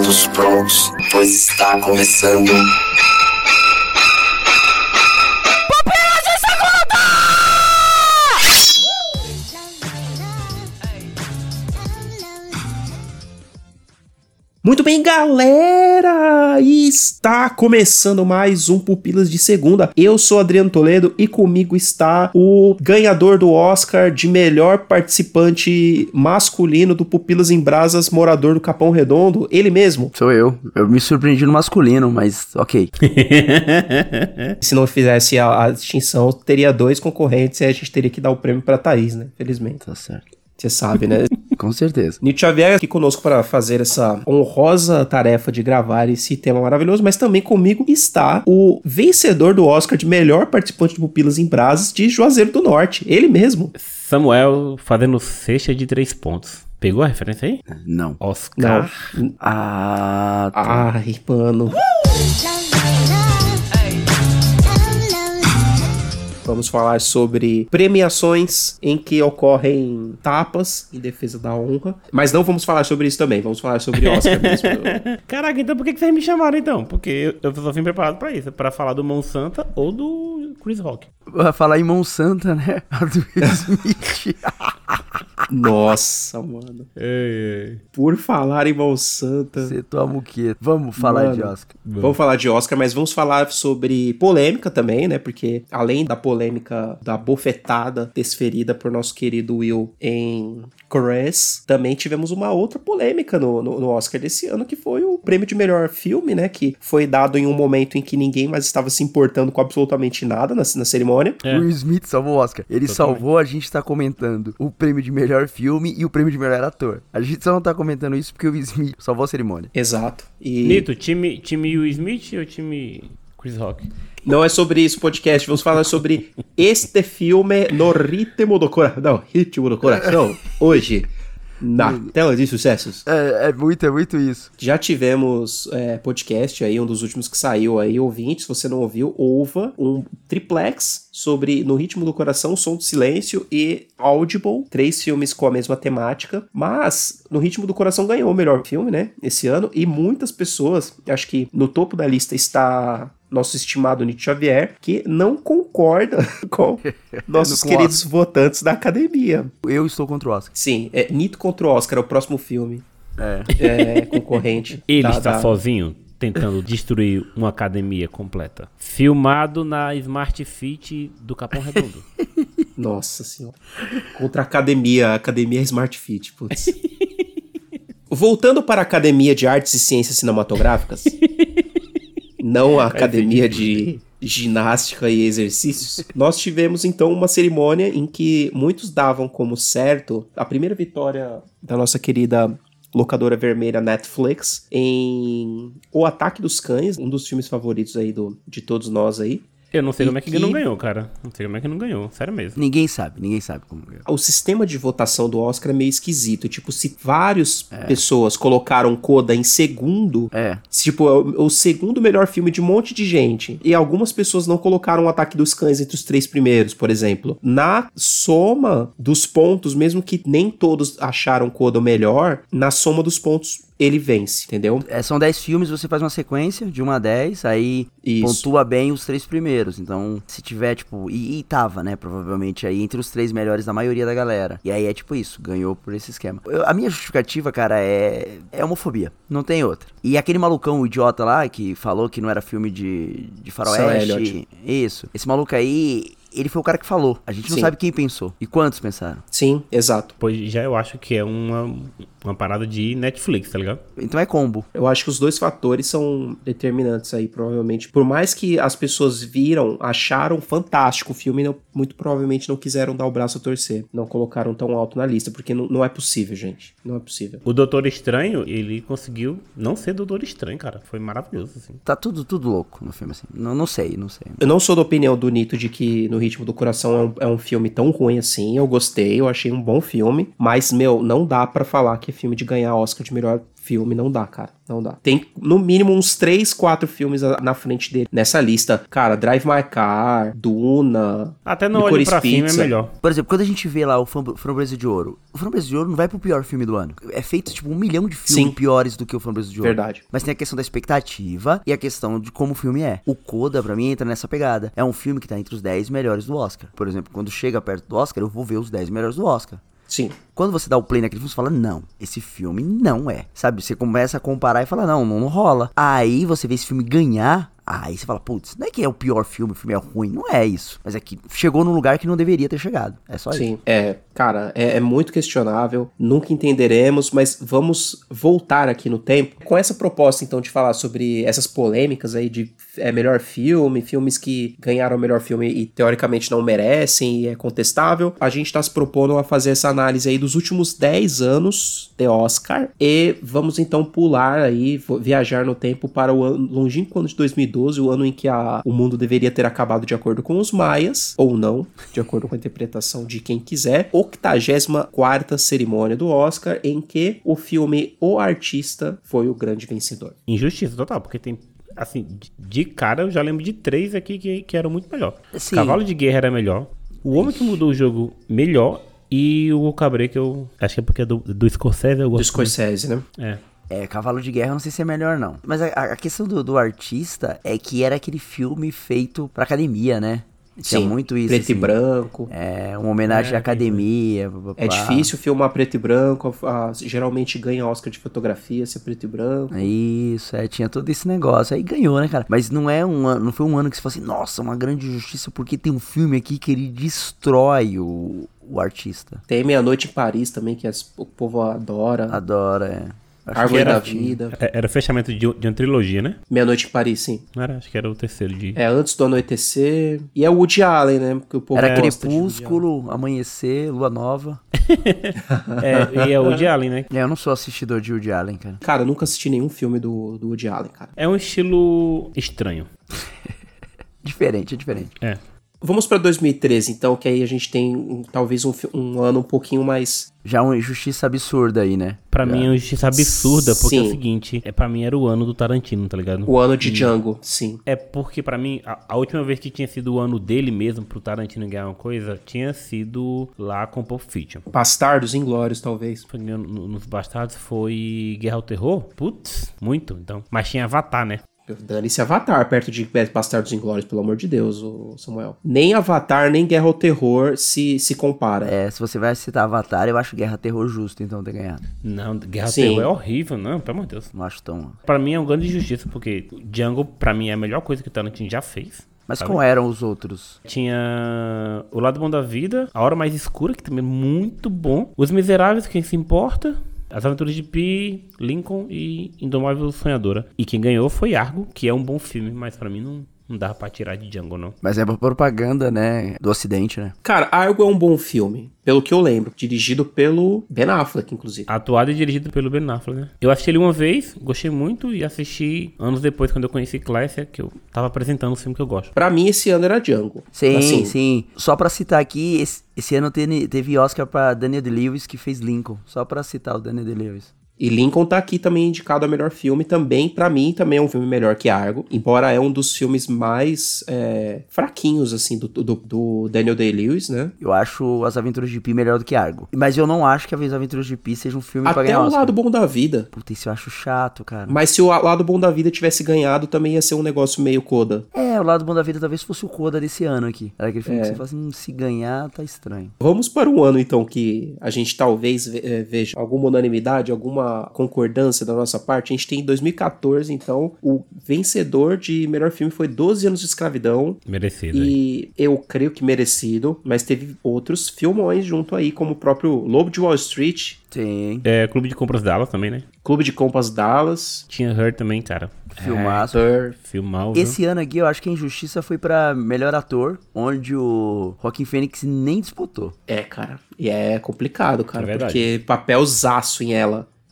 Todos prontos, pois está começando. Muito bem, galera! Está começando mais um Pupilas de Segunda. Eu sou Adriano Toledo e comigo está o ganhador do Oscar de melhor participante masculino do Pupilas em Brasas, morador do Capão Redondo, ele mesmo. Sou eu. Eu me surpreendi no masculino, mas ok. Se não fizesse a distinção, teria 2 concorrentes e a gente teria que dar o prêmio pra Thaís, né? Felizmente. Tá certo. Você sabe, né? Com certeza. Nito Xavier aqui conosco para fazer essa honrosa tarefa de gravar esse tema maravilhoso, mas também comigo está o vencedor do Oscar de melhor participante de Pupilas em Brasas de Juazeiro do Norte, ele mesmo. Samuel fazendo cesta de 3 pontos. Pegou a referência aí? Não. Oscar. Não. Tá. Ai, mano. Vamos falar sobre premiações em que ocorrem tapas em defesa da honra. Mas não vamos falar sobre isso também. Vamos falar sobre Oscar mesmo. Caraca, então por que vocês me chamaram então? Porque eu só vim preparado pra isso. Pra falar do Monsanto ou do Chris Rock. Vai falar em Monsanto, né? A do Smith. Nossa, mano. Por falar em Monsanto. Você toma o quê? Vamos falar de Oscar. Vamos falar de Oscar, mas vamos falar sobre polêmica também, né? Porque além da polêmica da bofetada desferida por nosso querido Will em Crash, também tivemos uma outra polêmica no Oscar desse ano, que foi o prêmio de melhor filme, né? Que foi dado em um momento em que ninguém mais estava se importando com absolutamente nada na cerimônia. O Will Smith salvou o Oscar. Ele salvou, a gente tá comentando o prêmio de melhor filme e o prêmio de melhor ator. A gente só não tá comentando isso porque o Will Smith salvou a cerimônia. Exato. Nito, time Will Smith ou time Chris Rock? Não é sobre isso o podcast, vamos falar sobre este filme no ritmo do coração. Não, ritmo do coração. Hoje, na tela de sucessos. É muito isso. Já tivemos podcast aí, um dos últimos que saiu aí, ouvinte, se você não ouviu, ouva um triplex sobre No Ritmo do Coração, Som do Silêncio e Audible, 3 filmes com a mesma temática, mas No Ritmo do Coração ganhou o melhor filme, né, esse ano, e muitas pessoas, acho que no topo da lista está nosso estimado Nito Xavier, que não concorda com nossos queridos votantes da academia. Eu estou contra o Oscar. Sim, Nito contra o Oscar é o próximo filme. Concorrente. Ele está sozinho tentando destruir uma academia completa. Filmado na Smart Fit do Capão Redondo. Nossa senhora. Contra a academia Smart Fit, putz. Voltando para a Academia de Artes e Ciências Cinematográficas, não a Academia de Ginástica e Exercícios, nós tivemos então uma cerimônia em que muitos davam como certo a primeira vitória da nossa querida locadora vermelha Netflix em O Ataque dos Cães, um dos filmes favoritos aí de todos nós aí. Eu não sei como é que não ganhou, cara. Não sei como é que não ganhou, sério mesmo. Ninguém sabe como ganhou. O sistema de votação do Oscar é meio esquisito. Tipo, se várias pessoas colocaram Coda em segundo, tipo, o segundo melhor filme de um monte de gente, e algumas pessoas não colocaram O Ataque dos Cães entre os 3 primeiros, por exemplo. Na soma dos pontos, mesmo que nem todos acharam Coda o melhor, na soma dos pontos ele vence, entendeu? São 10 filmes, você faz uma sequência de 1 a 10, aí pontua bem os 3 primeiros. Então, se tiver, tipo... E tava, né, provavelmente, aí entre os 3 melhores da maioria da galera. E aí é tipo isso, ganhou por esse esquema. A minha justificativa, cara, é homofobia. Não tem outra. E aquele malucão, o idiota lá, que falou que não era filme de faroeste... Isso. Esse maluco aí... Ele foi o cara que falou. A gente não sabe quem pensou. E quantos pensaram. Sim, exato. Pois já eu acho que é uma parada de Netflix, tá ligado? Então é combo. Eu acho que os 2 fatores são determinantes aí, provavelmente. Por mais que as pessoas acharam fantástico o filme, muito provavelmente não quiseram dar o braço a torcer. Não colocaram tão alto na lista, porque não é possível, gente. Não é possível. O Doutor Estranho, ele conseguiu não ser Doutor Estranho, cara. Foi maravilhoso, assim. Tá tudo louco no filme, assim. Não sei. Eu não sou da opinião do Nito de que No Ritmo do Coração é um filme tão ruim assim. Eu gostei, eu achei um bom filme. Mas, não dá pra falar que é filme de ganhar Oscar de melhor filme não dá, cara. Não dá. Tem, no mínimo, uns 3, 4 filmes na frente dele. Nessa lista, cara, Drive My Car, Duna... Até no Olho Pra Cima é melhor. Por exemplo, quando a gente vê lá o Framboesa de Ouro, o Framboesa de Ouro não vai pro pior filme do ano. É feito, tipo, 1 milhão de filmes piores do que o Framboesa de Ouro. Verdade. Mas tem a questão da expectativa e a questão de como o filme é. O Coda, pra mim, entra nessa pegada. É um filme que tá entre os 10 melhores do Oscar. Por exemplo, quando chega perto do Oscar, eu vou ver os 10 melhores do Oscar. Sim. Quando você dá o play naquele filme, você fala, não, esse filme não é. Sabe, você começa a comparar e fala, não rola. Aí você vê esse filme ganhar, aí você fala, putz, não é que é o pior filme, o filme é ruim, não é isso. Mas é que chegou num lugar que não deveria ter chegado, é só isso. Sim, cara, é muito questionável, nunca entenderemos, mas vamos voltar aqui no tempo com essa proposta, então, de falar sobre essas polêmicas aí de melhor filme, filmes que ganharam o melhor filme e teoricamente não merecem e é contestável. A gente tá se propondo a fazer essa análise aí dos últimos 10 anos de Oscar e vamos então pular aí, viajar no tempo para o longínquo ano de 2012, o ano em que o mundo deveria ter acabado de acordo com os maias, ou não, de acordo com a interpretação de quem quiser, 84ª cerimônia do Oscar, em que o filme O Artista foi o grande vencedor. Injustiça total, porque tem, assim, de cara eu já lembro de 3 aqui que eram muito melhor. Sim. Cavalo de Guerra era melhor, O Homem que Mudou o Jogo melhor, e o Cabré, que eu acho que é porque é do Scorsese, eu gosto. Do Scorsese, né? Cavalo de Guerra eu não sei se é melhor não. Mas a questão do artista é que era aquele filme feito pra academia, né? Tinha muito isso. Preto assim, e branco. Uma homenagem à academia. É difícil filmar preto e branco. Geralmente ganha Oscar de fotografia se é preto e branco. Isso, tinha todo esse negócio. Aí ganhou, né, cara? Mas não foi um ano que você falou assim, nossa, uma grande injustiça, porque tem um filme aqui que ele destrói o artista. Tem Meia-Noite em Paris também, que o povo adora. Adora, Árvore da Vida. Era o fechamento de uma trilogia, né? Meia-Noite em Paris, sim. Não era? Acho que era o terceiro dia. Antes do Anoitecer. E é o Woody Allen, né? Porque o povo era Crepúsculo, Amanhecer, Lua Nova. E é o Woody Allen, né? Eu não sou assistidor de Woody Allen, cara. Cara, eu nunca assisti nenhum filme do Woody Allen, cara. É um estilo estranho. Diferente. Vamos pra 2013, então, que aí a gente tem talvez um ano um pouquinho mais... Já uma injustiça absurda aí, né? Pra mim é uma injustiça absurda, porque é o seguinte, pra mim era o ano do Tarantino, tá ligado? O ano de Django, sim. É porque pra mim, a última vez que tinha sido o ano dele mesmo, pro Tarantino ganhar uma coisa, tinha sido lá com Pulp Fiction. Bastardos Inglórios, talvez. Nos Bastardos foi Guerra ao Terror? Putz, muito, então. Mas tinha Avatar, né? Dane-se Avatar perto de Bastardos Inglórios, pelo amor de Deus, Samuel. Nem Avatar, nem Guerra ao Terror se compara. Se você vai citar Avatar, eu acho Guerra ao Terror justo, então, ter ganhado. Não, Guerra ao Terror é horrível, não, pelo amor de Deus. Não acho tão... Pra mim é um grande injustiça, porque Django, pra mim, é a melhor coisa que o Tarantino já fez. Mas como eram os outros? Tinha O Lado Bom da Vida, A Hora Mais Escura, que também é muito bom. Os Miseráveis, Quem Se Importa... As Aventuras de Pi, Lincoln e Indomável Sonhadora. E quem ganhou foi Argo, que é um bom filme, mas pra mim não dava pra tirar de Django, não. Mas é propaganda, né, do Ocidente, né? Cara, Argo é um bom filme, pelo que eu lembro. Dirigido pelo Ben Affleck, inclusive. Atuado e dirigido pelo Ben Affleck, né? Eu assisti ele uma vez, gostei muito, e assisti anos depois, quando eu conheci Clécia, que eu tava apresentando o filme que eu gosto. Pra mim, esse ano era Django. Sim. Só pra citar aqui, esse ano teve Oscar pra Daniel Day-Lewis, que fez Lincoln. Só pra citar o Daniel Day-Lewis. E Lincoln tá aqui também indicado a melhor filme, também, pra mim, também é um filme melhor que Argo, embora é um dos filmes mais fraquinhos, assim, do Daniel Day-Lewis, né? Eu acho As Aventuras de Pi melhor do que Argo. Mas eu não acho que As Aventuras de Pi seja um filme pra ganhar Até o Oscar. Lado Bom da Vida. Puta, isso eu acho chato, cara. Mas se o Lado Bom da Vida tivesse ganhado, também ia ser um negócio meio Coda. O Lado Bom da Vida talvez fosse o Coda desse ano aqui. Era aquele filme que você fala assim, se ganhar, tá estranho. Vamos para um ano, então, que a gente talvez veja alguma unanimidade, alguma concordância da nossa parte. A gente tem em 2014, então, o vencedor de melhor filme foi 12 Anos de Escravidão. Merecido. E eu creio que merecido, mas teve outros filmões junto aí, como o próprio Lobo de Wall Street. Sim. Clube de Compras Dallas também, né? Clube de Compras Dallas. Tinha Her também, cara. Filmaço. Filmal. Esse ano aqui, eu acho que a injustiça foi pra melhor ator, onde o Joaquin Phoenix nem disputou. Cara. E é complicado, cara, É verdade. porque papelzaço em Ela.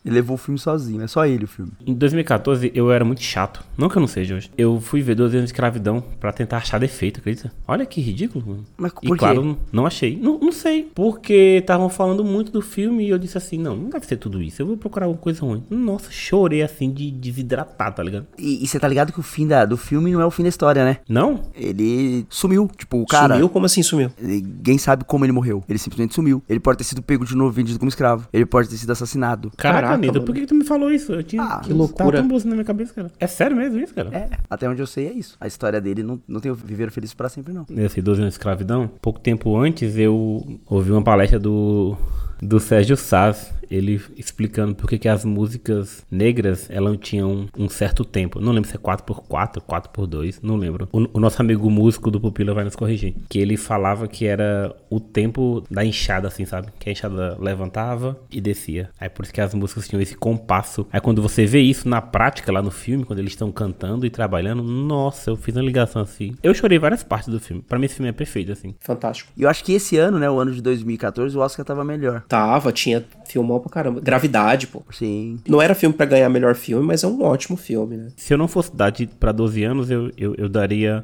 Ele levou o filme sozinho, é só ele o filme. Em 2014, eu era muito chato. Não que eu não seja hoje. Eu fui ver 12 anos de escravidão pra tentar achar defeito, acredita? Olha que ridículo, mano. Mas por e quê? claro, não achei. Não sei. Porque estavam falando muito do filme e eu disse assim, não deve ser tudo isso. Eu vou procurar alguma coisa ruim. Nossa, chorei assim de desidratar, tá ligado? E você tá ligado que o fim do filme não é o fim da história, né? Não? Ele sumiu. Tipo, o cara... Sumiu? Como assim sumiu? Ninguém sabe como ele morreu. Ele simplesmente sumiu. Ele pode ter sido pego de novo, vendido como escravo. Ele pode ter sido assassinado. Caraca, Nito, mano. por que tu me falou isso? Eu tinha... que loucura. Tava tão bolso na minha cabeça, cara. É sério mesmo isso, cara? É, até onde eu sei é isso. A história dele não tem viver feliz pra sempre, não. Nesse 12 anos de escravidão, pouco tempo antes eu ouvi uma palestra do Sérgio Saz, ele explicando por que as músicas negras, elas tinham um certo tempo. Não lembro se é 4x4, 4x2, não lembro. O nosso amigo músico do Pupila vai nos corrigir. Que ele falava que era o tempo da enxada, assim, sabe? Que a enxada levantava e descia. Aí por isso que as músicas tinham esse compasso. Aí quando você vê isso na prática, lá no filme, quando eles estão cantando e trabalhando, nossa, eu fiz uma ligação assim. Eu chorei várias partes do filme. Pra mim esse filme é perfeito, assim. Fantástico. E eu acho que esse ano, né, o ano de 2014, o Oscar tava melhor. Tinha filmão pra caramba. Gravidade, pô. Sim. Não era filme pra ganhar melhor filme, mas é um ótimo filme, né? Se eu não fosse dar pra 12 anos, eu daria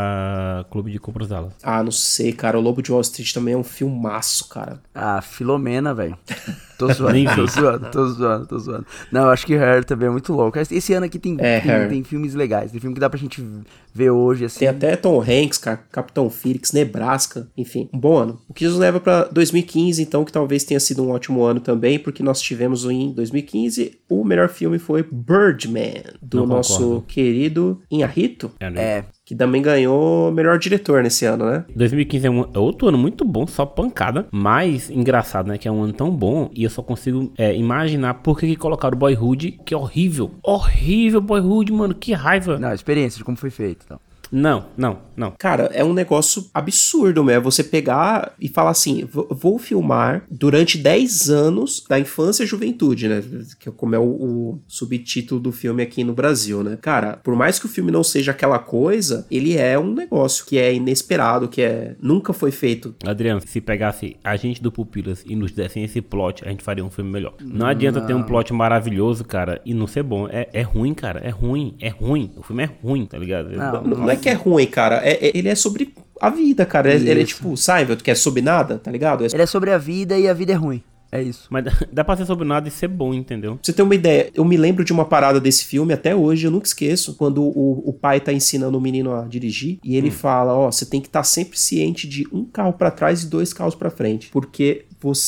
pra Clube de Compras Dallas. Ah, não sei, cara. O Lobo de Wall Street também é um filmaço, cara. Ah, Filomena, velho. Tô zoando, Nem vi. tô zoando. Não, eu acho que Hair também é muito louco. Esse ano aqui tem filmes legais. Tem filme que dá pra gente ver hoje, assim. Tem até Tom Hanks, cara, Capitão Felix, Nebraska, enfim, um bom ano. O que nos leva pra 2015, então, que talvez tenha sido um ótimo ano também, porque nós tivemos em 2015, o melhor filme foi Birdman, do nosso querido Inharrito. Que também ganhou melhor diretor nesse ano, né? 2015 é outro ano muito bom, só pancada. Mas engraçado, né? Que é um ano tão bom e eu só consigo imaginar por que colocaram o Boyhood, que é horrível. Horrível Boyhood, mano, que raiva. Não, experiência de como foi feito, então. Não. Cara, é um negócio absurdo, né? Você pegar e falar assim, vou filmar durante 10 anos da infância e juventude, né? Como é o subtítulo do filme aqui no Brasil, né? Cara, por mais que o filme não seja aquela coisa, ele é um negócio que é inesperado, nunca foi feito. Adriano, se pegasse a gente do Pupilas e nos dessem esse plot, a gente faria um filme melhor. Não adianta ter um plot maravilhoso, cara, e não ser bom. É ruim, cara. É ruim. O filme é ruim, tá ligado? Não é que é ruim, cara. Ele é sobre a vida, cara. Ele é tipo Seinfeld, que é sobre nada, tá ligado? Ele é sobre a vida e a vida é ruim. É isso. Mas dá pra ser sobre nada e ser bom, entendeu? Pra você ter uma ideia, eu me lembro de uma parada desse filme até hoje, eu nunca esqueço, quando o pai tá ensinando o menino a dirigir, e ele fala, você tem que estar sempre ciente de um carro pra trás e 2 carros pra frente, porque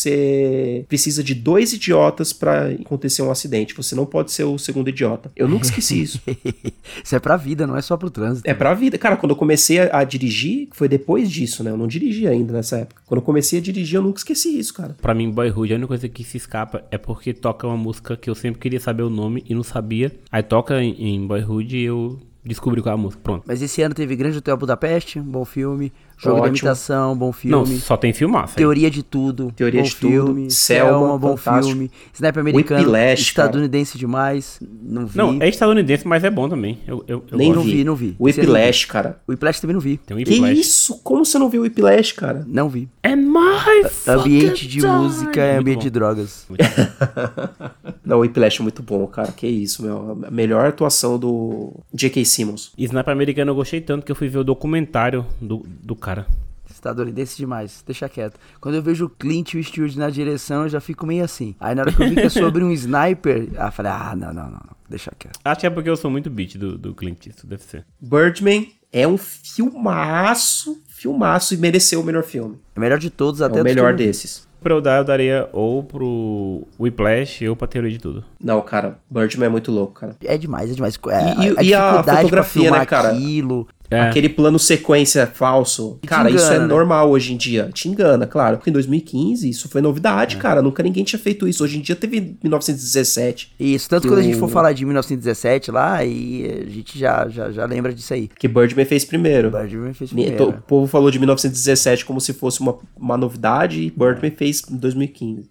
você precisa de 2 idiotas pra acontecer um acidente, você não pode ser o segundo idiota. Eu nunca esqueci isso. Isso é pra vida, não é só pro trânsito. É pra vida. Cara, quando eu comecei a dirigir, foi depois disso, né? Eu não dirigi ainda nessa época. Quando eu comecei a dirigir, eu nunca esqueci isso, cara. Pra mim, Boyhood, a única coisa que se escapa é porque toca uma música que eu sempre queria saber o nome e não sabia. Aí toca em Boyhood e eu descobri qual é a música. Pronto. Mas esse ano teve Grande Hotel Budapeste, um bom filme. Jogo da Imitação, bom filme. Não, só tem filmaço. Teoria de Tudo, bom filme. Selma, bom filme. Sniper Americano, Whiplash, estadunidense demais, não vi. Não, é estadunidense, mas é bom também. Eu Nem não vi. vi. Whiplash, cara. Whiplash também não vi. Tem um Whiplash. Que isso? Como você não viu o Whiplash, cara? Não vi. É my Ambiente de time. música é Muito ambiente bom. de drogas. Não, o Whiplash é muito bom, cara. Que isso, meu. A melhor atuação do J.K. Simmons. Sniper Americano eu gostei tanto que eu fui ver o documentário do cara. Estadunidense demais, deixa quieto. Quando eu vejo o Clint Eastwood na direção, eu já fico meio assim. Aí na hora que eu vi que é sobre um sniper, eu falei, não, deixa quieto. Acho que é porque eu sou muito beat do Clint, isso deve ser. Birdman é um filmaço e mereceu o melhor filme. É o melhor de todos, até o dos que melhor eu não vi. desses. Pra eu dar, eu daria ou pro Whiplash ou pra Teoria de Tudo. Não, cara, Birdman é muito louco, cara. É demais. E a dificuldade fotografia, pra filmar né, cara? aquilo. Aquele plano sequência falso. Cara, engana, isso é né? normal hoje em dia. Te engana, claro. Porque em 2015 isso foi novidade, cara. Nunca ninguém tinha feito isso. Hoje em dia teve 1917. Isso, tanto que quando a gente for falar de 1917 lá, aí a gente já lembra disso aí. Que Birdman fez primeiro. Birdman fez primeiro. O povo falou de 1917 como se fosse uma novidade e Birdman fez em 2015.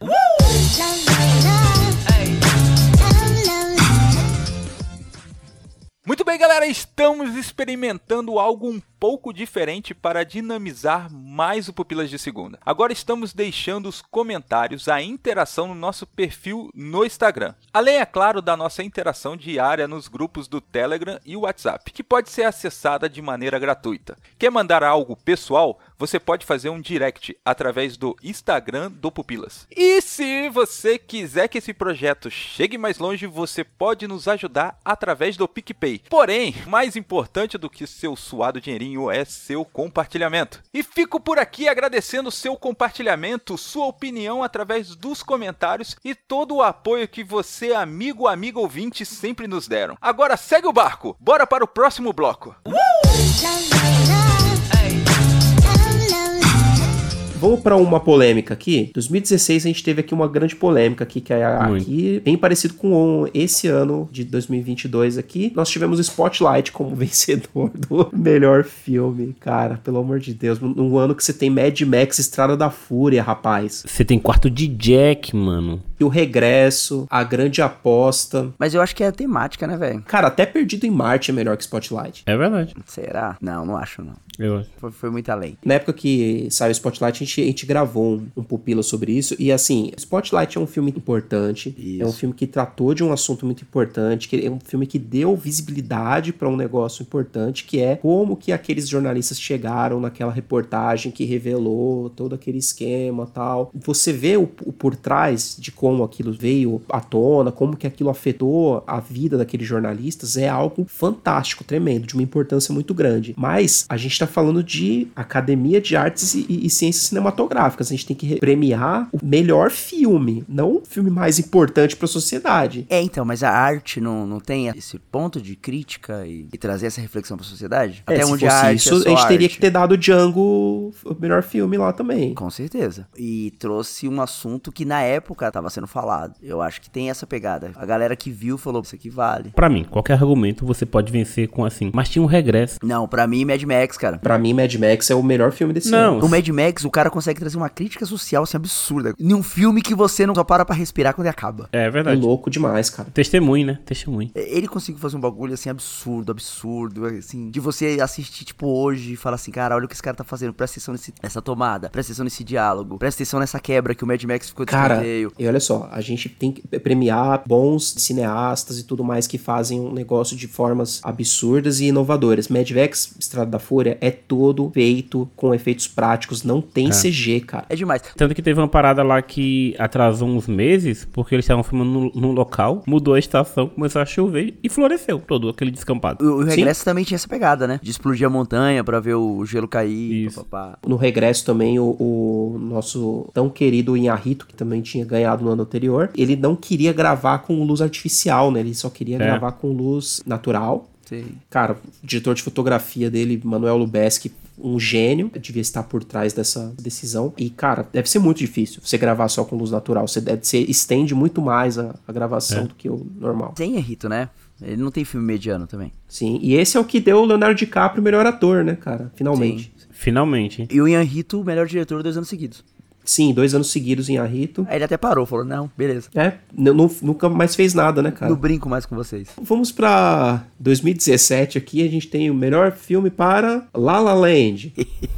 Muito bem, galera, estamos experimentando algo um pouco diferente para dinamizar mais o Pupilas de Segunda. Agora estamos deixando os comentários, a interação no nosso perfil no Instagram. Além, é claro, da nossa interação diária nos grupos do Telegram e WhatsApp, que pode ser acessada de maneira gratuita. Quer mandar algo pessoal? Você pode fazer um direct através do Instagram do Pupilas. E se você quiser que esse projeto chegue mais longe, você pode nos ajudar através do PicPay. Porém, mais importante do que seu suado dinheirinho é seu compartilhamento. E fico por aqui agradecendo seu compartilhamento, sua opinião através dos comentários e todo o apoio que você, amigo ouvinte, sempre nos deram. Agora segue o barco, bora para o próximo bloco. Vamos para uma polêmica aqui. Em 2016 a gente teve aqui uma grande polêmica aqui, que é aqui, bem parecido com esse ano de 2022 aqui. Nós tivemos o Spotlight como vencedor do melhor filme. Cara, pelo amor de Deus, num ano que você tem Mad Max, Estrada da Fúria, rapaz. Você tem Quarto de Jack, mano. E o Regresso, A Grande Aposta. Mas eu acho que é a temática, né, velho? Cara, até Perdido em Marte é melhor que Spotlight. É verdade. Será? Não acho, não. Eu acho. Foi muito além. Na época que saiu o Spotlight, a gente gravou um Pupila sobre isso. E assim, Spotlight é um filme importante. Isso. É um filme que tratou de um assunto muito importante. Que é um filme que deu visibilidade para um negócio importante, que é como que aqueles jornalistas chegaram naquela reportagem que revelou todo aquele esquema e tal. Você vê o por trás de como aquilo veio à tona, como que aquilo afetou a vida daqueles jornalistas, é algo fantástico, tremendo, de uma importância muito grande. Mas a gente tá falando de Academia de Artes e Ciências Cinematográficas. A gente tem que premiar o melhor filme, não o filme mais importante pra sociedade. Então, mas a arte não tem esse ponto de crítica e trazer essa reflexão pra sociedade? Até onde a arte isso, é só a gente teria arte. que ter dado Django o melhor filme lá também. Com certeza. E trouxe um assunto que na época tava sendo falado. Eu acho que tem essa pegada. A galera que viu falou, isso aqui vale. Pra mim, qualquer argumento você pode vencer com assim. Mas tinha um regresso. Não, pra mim, Mad Max, cara. Pra mim, Mad Max é o melhor filme desse ano. No Mad Max, o cara consegue trazer uma crítica social assim, absurda. Em um filme que você não só para pra respirar quando ele acaba. É verdade. É louco demais, cara. Testemunho, né? Testemunho. Ele conseguiu fazer um bagulho assim, absurdo, assim, de você assistir, tipo, hoje e falar assim, cara, olha o que esse cara tá fazendo, presta atenção nessa tomada, presta atenção nesse diálogo, presta atenção nessa quebra que o Mad Max ficou de escanteio. E olha só, a gente tem que premiar bons cineastas e tudo mais que fazem um negócio de formas absurdas e inovadoras. Mad Max, Estrada da Fúria, é todo feito com efeitos práticos, não tem CG, cara. É demais. Tanto que teve uma parada lá que atrasou uns meses, porque eles estavam filmando num local, mudou a estação, começou a chover e floresceu todo aquele descampado. O Regresso também tinha essa pegada, né? De explodir a montanha pra ver o gelo cair. Papapá. No Regresso também, o nosso tão querido Inharrito, que também tinha ganhado no ano anterior, ele não queria gravar com luz artificial, né? Ele só queria gravar com luz natural. Sim. Cara, o diretor de fotografia dele, Manuel Lubezki, um gênio, devia estar por trás dessa decisão. E, cara, deve ser muito difícil você gravar só com luz natural. Você estende muito mais a gravação do que o normal. Tem Rito, né? Ele não tem filme mediano também. Sim, e esse é o que deu o Leonardo DiCaprio o melhor ator, né, cara? Finalmente. Sim. Finalmente. E o Ian Rito, o melhor diretor 2 anos seguidos. Sim, 2 anos seguidos em Inharrito. Aí ele até parou, falou, não, beleza. Nunca mais fez nada, né, cara? Não brinco mais com vocês. Vamos pra 2017 aqui, a gente tem o melhor filme para La La Land.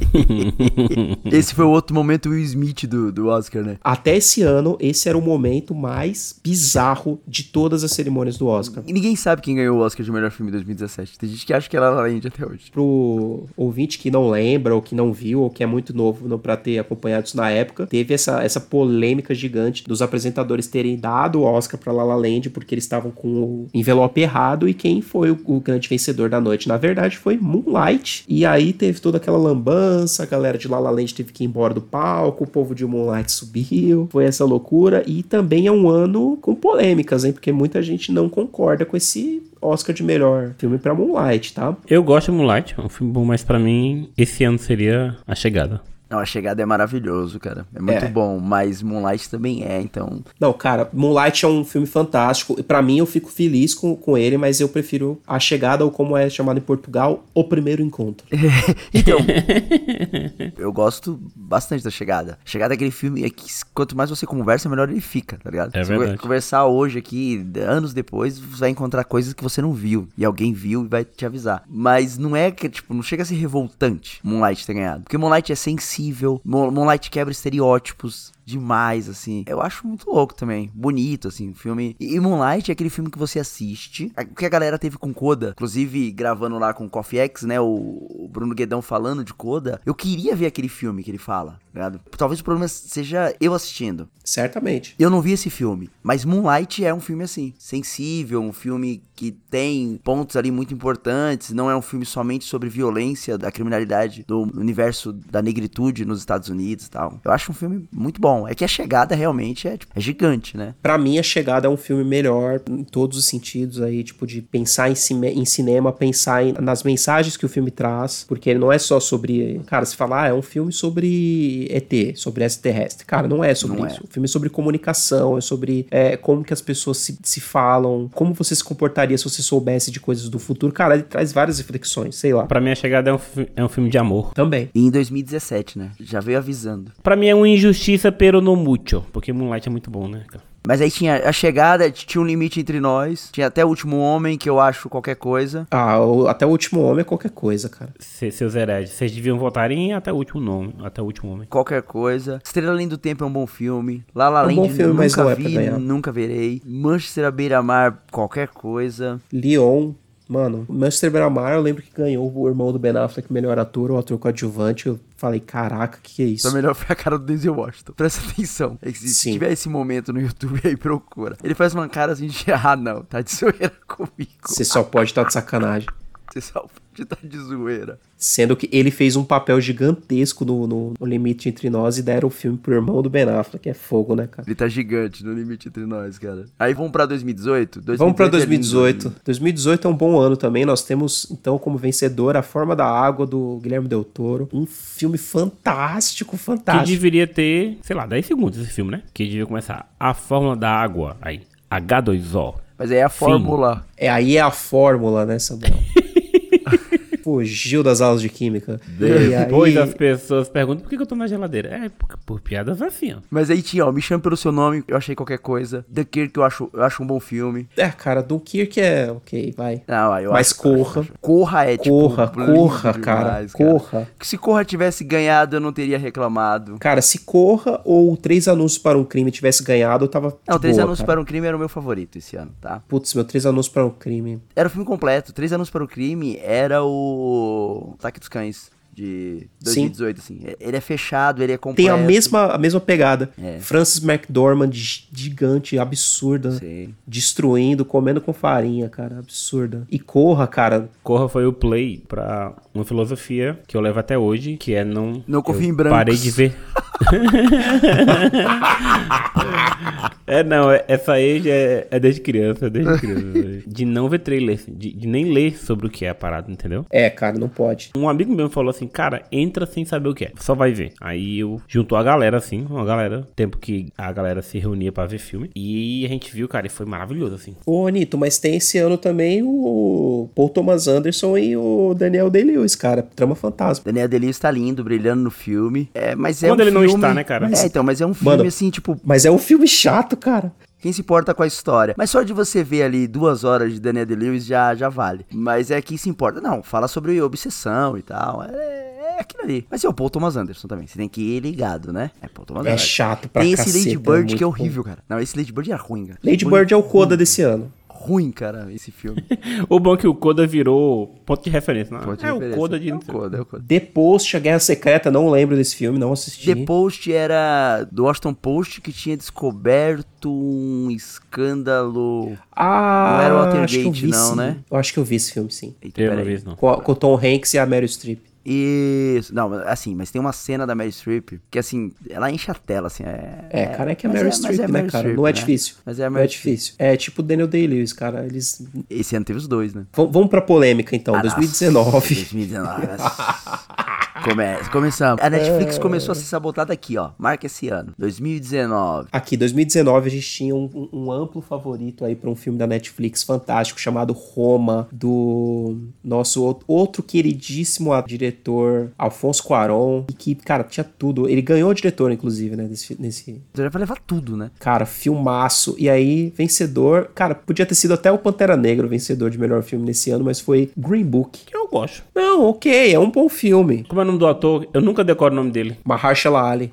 Esse foi o outro momento Will Smith do Oscar, né? Até esse ano, esse era o momento mais bizarro de todas as cerimônias do Oscar. E ninguém sabe quem ganhou o Oscar de melhor filme em 2017. Tem gente que acha que é La La Land até hoje. Pro ouvinte que não lembra, ou que não viu, ou que é muito novo pra ter acompanhado isso na época, teve essa polêmica gigante dos apresentadores terem dado o Oscar pra La La Land porque eles estavam com o envelope errado, e quem foi o grande vencedor da noite? Na verdade foi Moonlight, e aí teve toda aquela lambança, a galera de La La Land teve que ir embora do palco, o povo de Moonlight subiu, foi essa loucura. E também é um ano com polêmicas, hein, porque muita gente não concorda com esse Oscar de melhor filme pra Moonlight, tá? Eu gosto de Moonlight, é um filme bom, mas pra mim esse ano seria A Chegada. Não, A Chegada é maravilhoso, cara. É muito bom, mas Moonlight também então... Não, cara, Moonlight é um filme fantástico. E pra mim, eu fico feliz com ele, mas eu prefiro A Chegada, ou como é chamado em Portugal, O Primeiro Encontro. Então, eu gosto bastante da Chegada. A Chegada é aquele filme que quanto mais você conversa, melhor ele fica, tá ligado? É verdade. Você conversar hoje aqui, anos depois, você vai encontrar coisas que você não viu. E alguém viu e vai te avisar. Mas não é que, tipo, não chega a ser revoltante Moonlight ter ganhado. Porque Moonlight é sensível, Moonlight quebra estereótipos demais, assim. Eu acho muito louco também. Bonito, assim, o filme. E Moonlight é aquele filme que você assiste. O que a galera teve com Coda, inclusive gravando lá com o Coffee X, né? O Bruno Guedão falando de Coda. Eu queria ver aquele filme que ele fala, ligado? Talvez o problema seja eu assistindo. Certamente. Eu não vi esse filme, mas Moonlight é um filme assim, sensível, um filme que tem pontos ali muito importantes, não é um filme somente sobre violência, da criminalidade, do universo da negritude nos Estados Unidos e tal. Eu acho um filme muito bom. É que A Chegada realmente é gigante, né? Pra mim, A Chegada é um filme melhor em todos os sentidos aí, tipo, de pensar em cinema, pensar nas mensagens que o filme traz, porque ele não é só sobre... Cara, se falar, é um filme sobre ET, sobre extraterrestre. Cara, não é sobre isso. O filme é sobre comunicação, é sobre como que as pessoas se falam, como você se comportaria se você soubesse de coisas do futuro. Cara, ele traz várias reflexões, sei lá. Pra mim, A Chegada é um filme de amor. Também. E em 2017, né? Já veio avisando. Pra mim é uma injustiça, pero no mucho. Porque Moonlight é muito bom, né, cara? Mas aí tinha A Chegada, tinha Um Limite Entre Nós, tinha até O Último Homem, que eu acho qualquer coisa. Até O Último Homem é qualquer coisa, cara. Seus heredes, vocês deviam votar em Até o Último Homem. Qualquer coisa. Estrela Além do Tempo é um bom filme. La La Land bom filme, mas não nunca é pra vi, ganhar. nunca verei. Manchester à Beira-Mar, qualquer coisa. Leon, mano, Manchester Beira-Mar, eu lembro que ganhou o irmão do Ben Affleck, melhor ator, o ator coadjuvante. Eu falei, caraca, que é isso? Só melhor foi a cara do Denzel Washington. Presta atenção. Se tiver esse momento no YouTube aí, procura. Ele faz uma cara assim de, não, tá de zoeira comigo. Você só pode estar de sacanagem. Você só pode estar de zoeira. Sendo que ele fez um papel gigantesco no Limite Entre Nós e deram o filme pro irmão do Ben Affleck. É fogo, né, cara? Ele tá gigante no Limite Entre Nós, cara. Aí vamos pra 2018? Vamos pra 2018. 2018 é um bom ano também. Nós temos, então, como vencedor A Forma da Água, do Guilherme Del Toro. Um filme fantástico. Que deveria ter, sei lá, 10 segundos esse filme, né? Que devia começar A Fórmula da Água. Aí, H2O. Mas aí é a fórmula. Aí é a fórmula, né, Samuel? Fugiu das aulas de química. Depois as pessoas perguntam por que eu tô na geladeira. Por piadas assim, ó. Mas aí tinha, Me Chame Pelo Seu Nome, eu achei qualquer coisa. Dunkirk, eu acho um bom filme. Cara, Dunkirk é ok, vai. Não, mas Corra. Corra é Corra, demais, cara. Corra. Se Corra tivesse ganhado, eu não teria reclamado. Cara, se Corra ou 3 Anúncios para um Crime tivesse ganhado, eu tava. Não, 3 Anúncios para um Crime era o meu favorito esse ano, tá? Putz, meu 3 Anúncios para um Crime. Era o filme completo. 3 Anúncios para um Crime era o Ataque dos Cães de 2018, sim. Assim. Ele é fechado, ele é completo. Tem a mesma pegada. É. Frances McDormand, gigante, absurda. Sim. Destruindo, comendo com farinha, cara. Absurda. E Corra, cara. Corra foi o play pra uma filosofia que eu levo até hoje, que é não confio em brancos. Parei de ver. Essa aí é desde criança, de não ver trailer, de nem ler sobre o que é a parada, entendeu? Cara, não pode. Um amigo meu falou assim, cara, entra sem saber o que é, só vai ver. Aí eu juntou a galera, assim, tempo que a galera se reunia pra ver filme, e a gente viu, cara, e foi maravilhoso, assim. Ô, Anito, mas tem esse ano também o Paul Thomas Anderson e o Daniel Day-Lewis, cara, Trama Fantasma. Daniel Day-Lewis tá lindo, brilhando no filme, mas quando ele não está, né, cara? Mas é um filme, assim, tipo... Mas é um filme chato, cara. Quem se importa com a história? Mas só de você ver ali 2 horas de Daniel Day-Lewis já vale. Mas é quem se importa. Não, fala sobre obsessão e tal. É aquilo ali. Mas é o Paul Thomas Anderson também. Você tem que ir ligado, né? É Paul Thomas Anderson. É chato pra caceta. Tem esse Lady Bird que é horrível, cara. Não, esse Lady Bird é ruim, cara. Lady Bird é o Coda desse ano. Ruim, cara, esse filme. O bom é que o Coda virou ponto de referência, né? O Coda de... É o Coda. The Post, A Guerra Secreta, não lembro desse filme, não assisti. The Post era do Washington Post, que tinha descoberto um escândalo... não era o Watergate, não, né? Eu acho que eu vi esse filme, sim. Eita, eu não vi isso, não. Com o Tom Hanks e a Meryl Streep. Isso, não, assim, mas tem uma cena da Meryl Streep que, assim, ela enche a tela, assim, cara, é que é Meryl Streep, né, cara? Não é difícil. Mas é a Meryl Não é difícil. É tipo o Daniel Day-Lewis, cara, eles... Esse ano teve os dois, né? Vamos pra polêmica, então, 2019. 2019. Começamos. A Netflix começou a se sabotar daqui, ó. Marca esse ano, 2019. Aqui, 2019, a gente tinha um amplo favorito aí pra um filme da Netflix fantástico chamado Roma, do nosso outro queridíssimo diretor Alfonso Cuarón, e que, cara, tinha tudo. Ele ganhou o diretor, inclusive, né, nesse... Já vai levar tudo, né? Cara, filmaço. E aí, vencedor... Cara, podia ter sido até o Pantera Negra o vencedor de melhor filme nesse ano, mas foi Green Book. Que eu gosto. Não, ok, é um bom filme. Como é o nome do ator? Eu nunca decoro o nome dele. Mahershala Ali.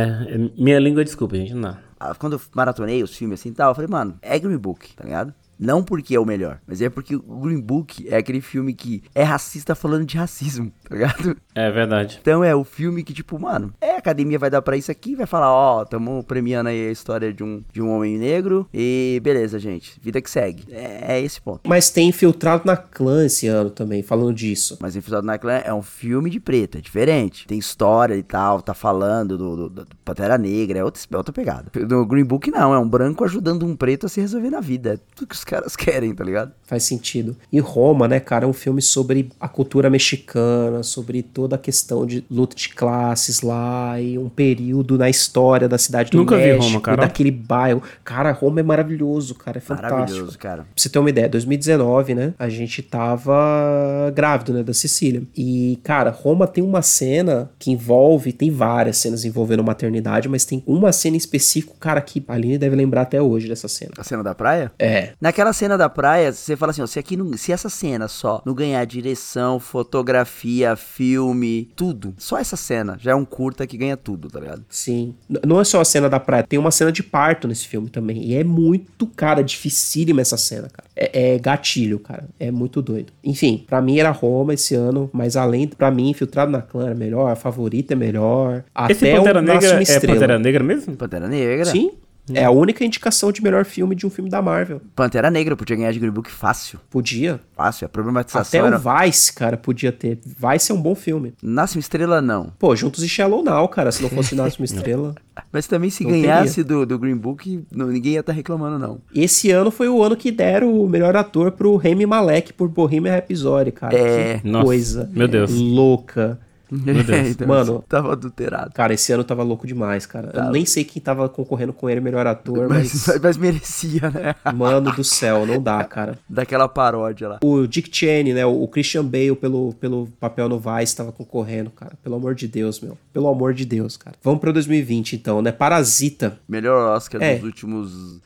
Minha língua, desculpa, gente, não. Quando eu maratonei os filmes assim e tal, eu falei, mano, é Green Book, tá ligado? Não porque é o melhor, mas é porque o Green Book é aquele filme que é racista falando de racismo, tá ligado? É verdade. Então é o filme que, tipo, mano, a academia vai dar pra isso aqui, vai falar, ó, tamo premiando aí a história de um homem negro e beleza, gente, vida que segue. É esse ponto. Mas tem Infiltrado na Clã esse ano também, falando disso. Mas Infiltrado na Clã é um filme de preto, é diferente. Tem história e tal, tá falando do Pantera Negra, é outra pegada. No Green Book não, é um branco ajudando um preto a se resolver na vida. É tudo que os caras querem, tá ligado? Faz sentido. E Roma, né, cara, é um filme sobre a cultura mexicana, sobre toda a questão de luta de classes lá e um período na história da cidade do Nunca México, vi Roma, cara. daquele bairro. Cara, Roma é maravilhoso, cara, é fantástico. Maravilhoso, cara. Pra você ter uma ideia, 2019, né, a gente tava grávido, né, da Cecília. E, cara, Roma tem uma cena que envolve, tem várias cenas envolvendo maternidade, mas tem uma cena em específico, cara, que a Aline deve lembrar até hoje dessa cena. A cena da praia? É. Naquela cena da praia, você fala assim, ó, se essa cena só não ganhar direção, fotografia, filme, tudo, só essa cena já é um curta que ganha tudo, tá ligado? Sim. Não é só a cena da praia, tem uma cena de parto nesse filme também. E é muito, cara, dificílima essa cena, cara. É gatilho, cara. É muito doido. Enfim, pra mim era Roma esse ano, mas além, pra mim, Infiltrado na Clã é melhor, a Favorita é melhor. Esse Até Pantera o Negra Próximo é Estrela. Pantera Negra mesmo? Pantera Negra. Sim. É a única indicação de melhor filme de um filme da Marvel. Pantera Negra podia ganhar de Green Book fácil. Podia. Fácil, a problematização Até era... o Vice, cara, podia ter. Vice é um bom filme. Nasce uma Estrela, não. Pô, Juntos e Shallow Now, cara, se não fosse Nasce uma Estrela. Mas também se Não ganhasse do Green Book, ninguém ia estar reclamando, não. Esse ano foi o ano que deram o melhor ator pro Rami Malek por Bohemian Rhapsody, cara. É. Que Nossa, coisa meu Deus. louca. Meu Deus. Então, Mano, tava adulterado. Cara, esse ano tava louco demais, cara. Tava. Eu nem sei quem tava concorrendo com ele, melhor ator, Mas merecia, né? Mano do céu, não dá, cara. Daquela paródia lá. O Dick Cheney, né? O Christian Bale pelo papel no Vice tava concorrendo, cara. Pelo amor de Deus, meu. Pelo amor de Deus, cara. Vamos pra 2020, então, né? Parasita. Melhor Oscar dos últimos...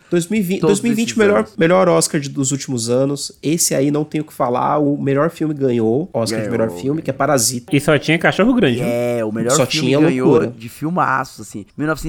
2020 melhor Oscar dos últimos anos. Esse aí não tenho o que falar. O melhor filme ganhou Oscar de melhor filme, que é Parasita. E só tinha Cachorro Grande, né? O melhor Só filme tinha ganhou loucura. de filmaço, assim.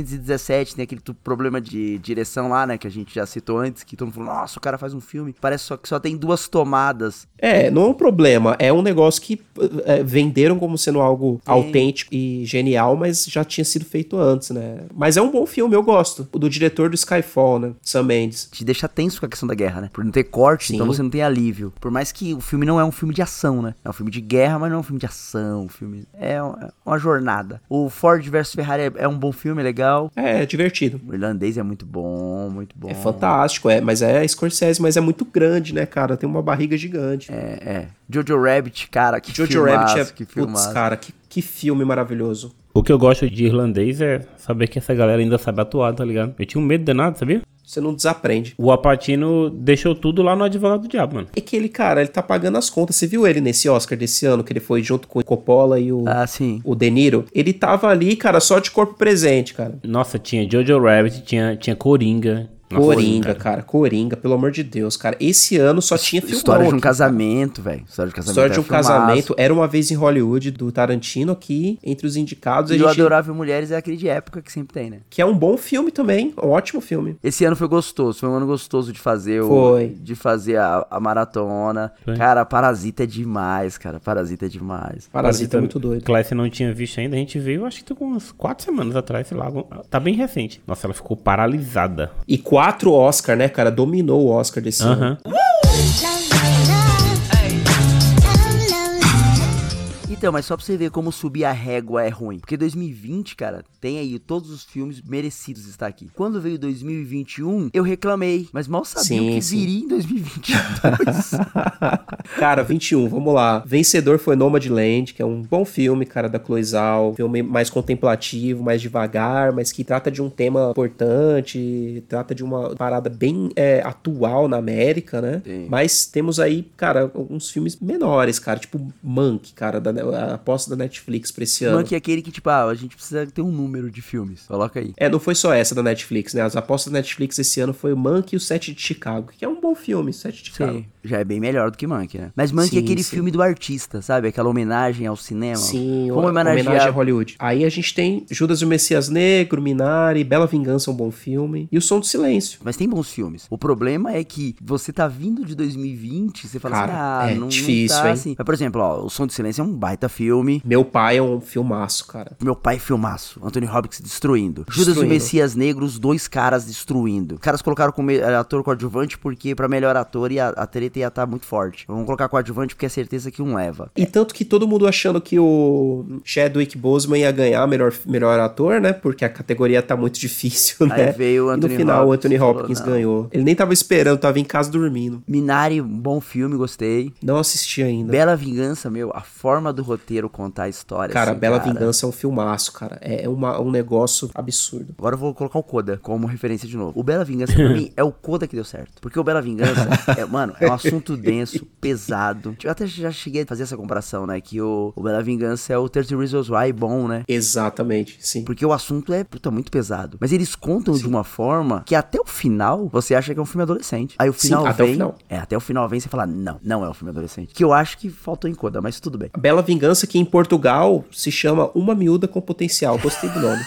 1917 tem aquele problema de direção lá, né, que a gente já citou antes, que todo mundo falou, nossa, o cara faz um filme, parece só que só tem 2 tomadas. Não é um problema, é um negócio que venderam como sendo algo autêntico e genial, mas já tinha sido feito antes, né? Mas é um bom filme, eu gosto. O do diretor do Skyfall, né? Sam Mendes. Te deixa tenso com a questão da guerra, né? Por não ter corte, Sim. então você não tem alívio. Por mais que o filme não é um filme de ação, né? É um filme de guerra, mas não é um filme de ação. É uma jornada. O Ford vs Ferrari é um bom filme, é legal. É divertido. O Irlandês é muito bom, muito bom. É fantástico, mas é Scorsese, mas é muito grande, né, cara? Tem uma barriga gigante. Jojo Rabbit, cara, que Jojo Rabbit que filmaço. Putz, cara, que filme maravilhoso. O que eu gosto de Irlandês é saber que essa galera ainda sabe atuar, tá ligado? Eu tinha um medo danado, sabia? Você não desaprende. O Al Pacino deixou tudo lá no Advogado do Diabo, mano. É que ele, cara, ele tá pagando as contas. Você viu ele nesse Oscar desse ano, que ele foi junto com o Coppola e sim. o De Niro? Ele tava ali, cara, só de corpo presente, cara. Nossa, tinha Jojo Rabbit, tinha Coringa. Coringa, cara, Coringa, pelo amor de Deus, cara. Esse ano só tinha filmão História de um aqui, casamento, velho. História de um casamento. Era Uma Vez em Hollywood, do Tarantino, aqui, entre os indicados. E o Adorável Mulheres é aquele de época que sempre tem, né? Que é um bom filme também, um ótimo filme. Esse ano foi gostoso, foi um ano gostoso de fazer de fazer a maratona. Foi. Cara, Parasita é demais, cara. Parasita é demais. Parasita é muito doido. Classe não tinha visto ainda, a gente veio, acho que tem uns 4 semanas atrás, sei lá. Tá bem recente. Nossa, ela ficou paralisada. E 4 Oscar, né, cara? Dominou o Oscar desse ano. E Então, mas só pra você ver como subir a régua é ruim. Porque 2020, cara, tem aí todos os filmes merecidos estar aqui. Quando veio 2021, eu reclamei, mas mal sabia o que viria em 2022. Cara, 21, vamos lá. Vencedor foi Nomadland, que é um bom filme, cara, da Chloe Zhao. Filme mais contemplativo, mais devagar, mas que trata de um tema importante, trata de uma parada bem atual na América, né? Sim. Mas temos aí, cara, alguns filmes menores, cara, tipo Mank, cara, a aposta da Netflix pra esse ano. Mank é aquele que, tipo, a gente precisa ter um número de filmes. Coloca aí. Não foi só essa da Netflix, né? As apostas da Netflix esse ano foi o Mank e o Sete de Chicago, que é um bom filme, Sete de Chicago. Sim, já é bem melhor do que Mank, né? Mas Mank é aquele filme do artista, sabe? Aquela homenagem ao cinema. Sim, como homenagem a Hollywood. Aí a gente tem Judas e o Messias Negro, Minari, Bela Vingança é um bom filme, e O Som do Silêncio. Mas tem bons filmes. O problema é que você tá vindo de 2020, você fala, cara, assim, não difícil, não tá hein? assim. Mas, por exemplo, ó, O Som do Silêncio é um baita filme. Meu Pai é um filmaço, cara. Meu Pai é filmaço. Anthony Hopkins destruindo. Judas e o Messias Negro, os dois caras destruindo. Os caras colocaram como ator coadjuvante porque pra melhor ator a treta ia estar muito forte. Vamos colocar coadjuvante porque é certeza que um leva. E tanto que todo mundo achando que o Chadwick Boseman ia ganhar melhor ator, né? Porque a categoria tá muito difícil, né? Aí veio o Anthony e no final Hopkins, o Anthony Hopkins ganhou. Ele nem tava esperando, tava em casa dormindo. Minari, um bom filme, gostei. Não assisti ainda. Bela Vingança, a forma do roteiro contar a história. Cara, assim, Bela Vingança é um filmaço, cara. É um negócio absurdo. Agora eu vou colocar o Coda como referência de novo. O Bela Vingança, pra mim, é o Coda que deu certo. Porque o Bela Vingança, é um assunto denso, pesado. Eu até já cheguei a fazer essa comparação, né? Que o Bela Vingança é o 30 Reasons Why bom, né? Exatamente, sim. Porque o assunto é, muito pesado. Mas eles contam de uma forma que até o final, você acha que é um filme adolescente. Aí o final até o final. Até o final vem e você fala, não é um filme adolescente. Que eu acho que faltou em Coda, mas tudo bem. A Bela Vingança, que em Portugal se chama Uma Miúda com Potencial. Gostei do nome.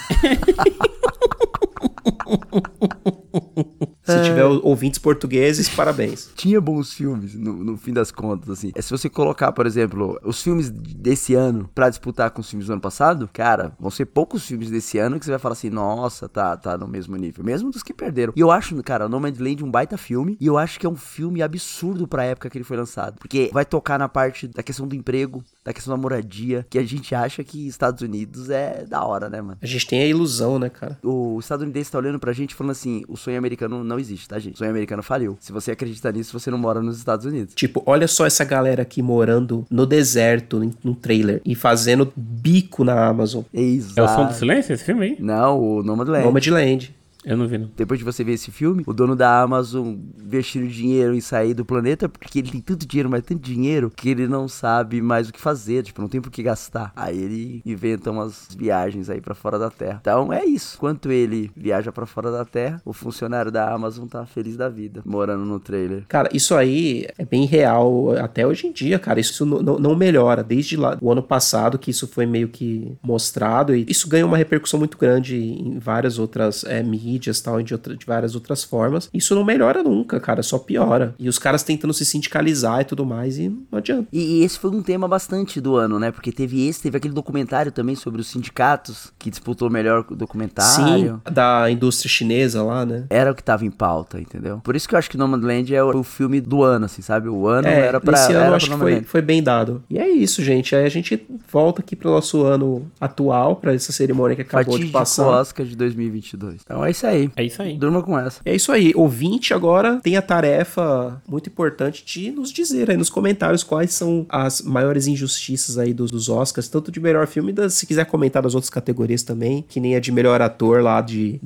Se tiver ouvintes portugueses, parabéns. Tinha bons filmes, no fim das contas, assim. Se você colocar, por exemplo, os filmes desse ano pra disputar com os filmes do ano passado, cara, vão ser poucos filmes desse ano que você vai falar assim, nossa, tá no mesmo nível. Mesmo dos que perderam. E eu acho, cara, Nomadland um baita filme. E eu acho que é um filme absurdo pra época que ele foi lançado. Porque vai tocar na parte da questão do emprego, da questão da moradia, que a gente acha que Estados Unidos é da hora, né, mano? A gente tem a ilusão, né, cara? O estadunidense tá olhando pra gente falando assim, o sonho americano não existe, tá, gente? O sonho americano faliu. Se você acredita nisso, você não mora nos Estados Unidos. Tipo, olha só essa galera aqui morando no deserto, no trailer, e fazendo bico na Amazon. Exato. É o Som do Silêncio esse filme aí? Não, o Nomadland. Nomadland. Eu não vi, não. Depois de você ver esse filme, o dono da Amazon investindo dinheiro em sair do planeta, porque ele tem tanto dinheiro, mas tanto dinheiro, que ele não sabe mais o que fazer, tipo, não tem por que gastar. Aí ele inventa umas viagens aí pra fora da Terra. Então é isso. Enquanto ele viaja pra fora da Terra, o funcionário da Amazon tá feliz da vida, morando no trailer. Cara, isso aí é bem real até hoje em dia, cara. Isso não melhora. Desde lá, o ano passado que isso foi meio que mostrado, e isso ganha uma repercussão muito grande em várias outras mídias, tal, de várias outras formas. Isso não melhora nunca, cara, só piora. E os caras tentando se sindicalizar e tudo mais, e não adianta. E esse foi um tema bastante do ano, né? Porque teve aquele documentário também sobre os sindicatos, que disputou o melhor documentário. Sim, da indústria chinesa lá, né? Era o que tava em pauta, entendeu? Por isso que eu acho que Nomadland é o filme do ano, assim, sabe? O ano era pra... Esse ano eu acho que foi bem dado. E é isso, gente. Aí a gente volta aqui pro nosso ano atual, pra essa cerimônia que acabou de passar. O Oscar de 2022. Então é isso aí. É isso aí. Durma com essa. É isso aí. Ouvinte agora tem a tarefa muito importante de nos dizer aí nos comentários quais são as maiores injustiças aí dos Oscars, tanto de melhor filme, se quiser comentar das outras categorias também, que nem a de melhor ator lá de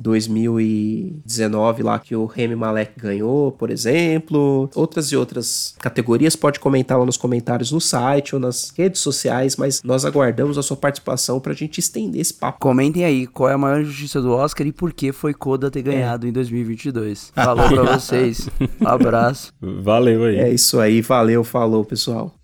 2019 lá, que o Rami Malek ganhou, por exemplo. Outras e outras categorias, pode comentar lá nos comentários no site ou nas redes sociais, mas nós aguardamos a sua participação pra gente estender esse papo. Comentem aí qual é a maior injustiça do Oscar e por que foi Coda ter ganhado em 2022. Falou pra vocês. Um abraço. Valeu aí. É isso aí. Valeu, falou, pessoal.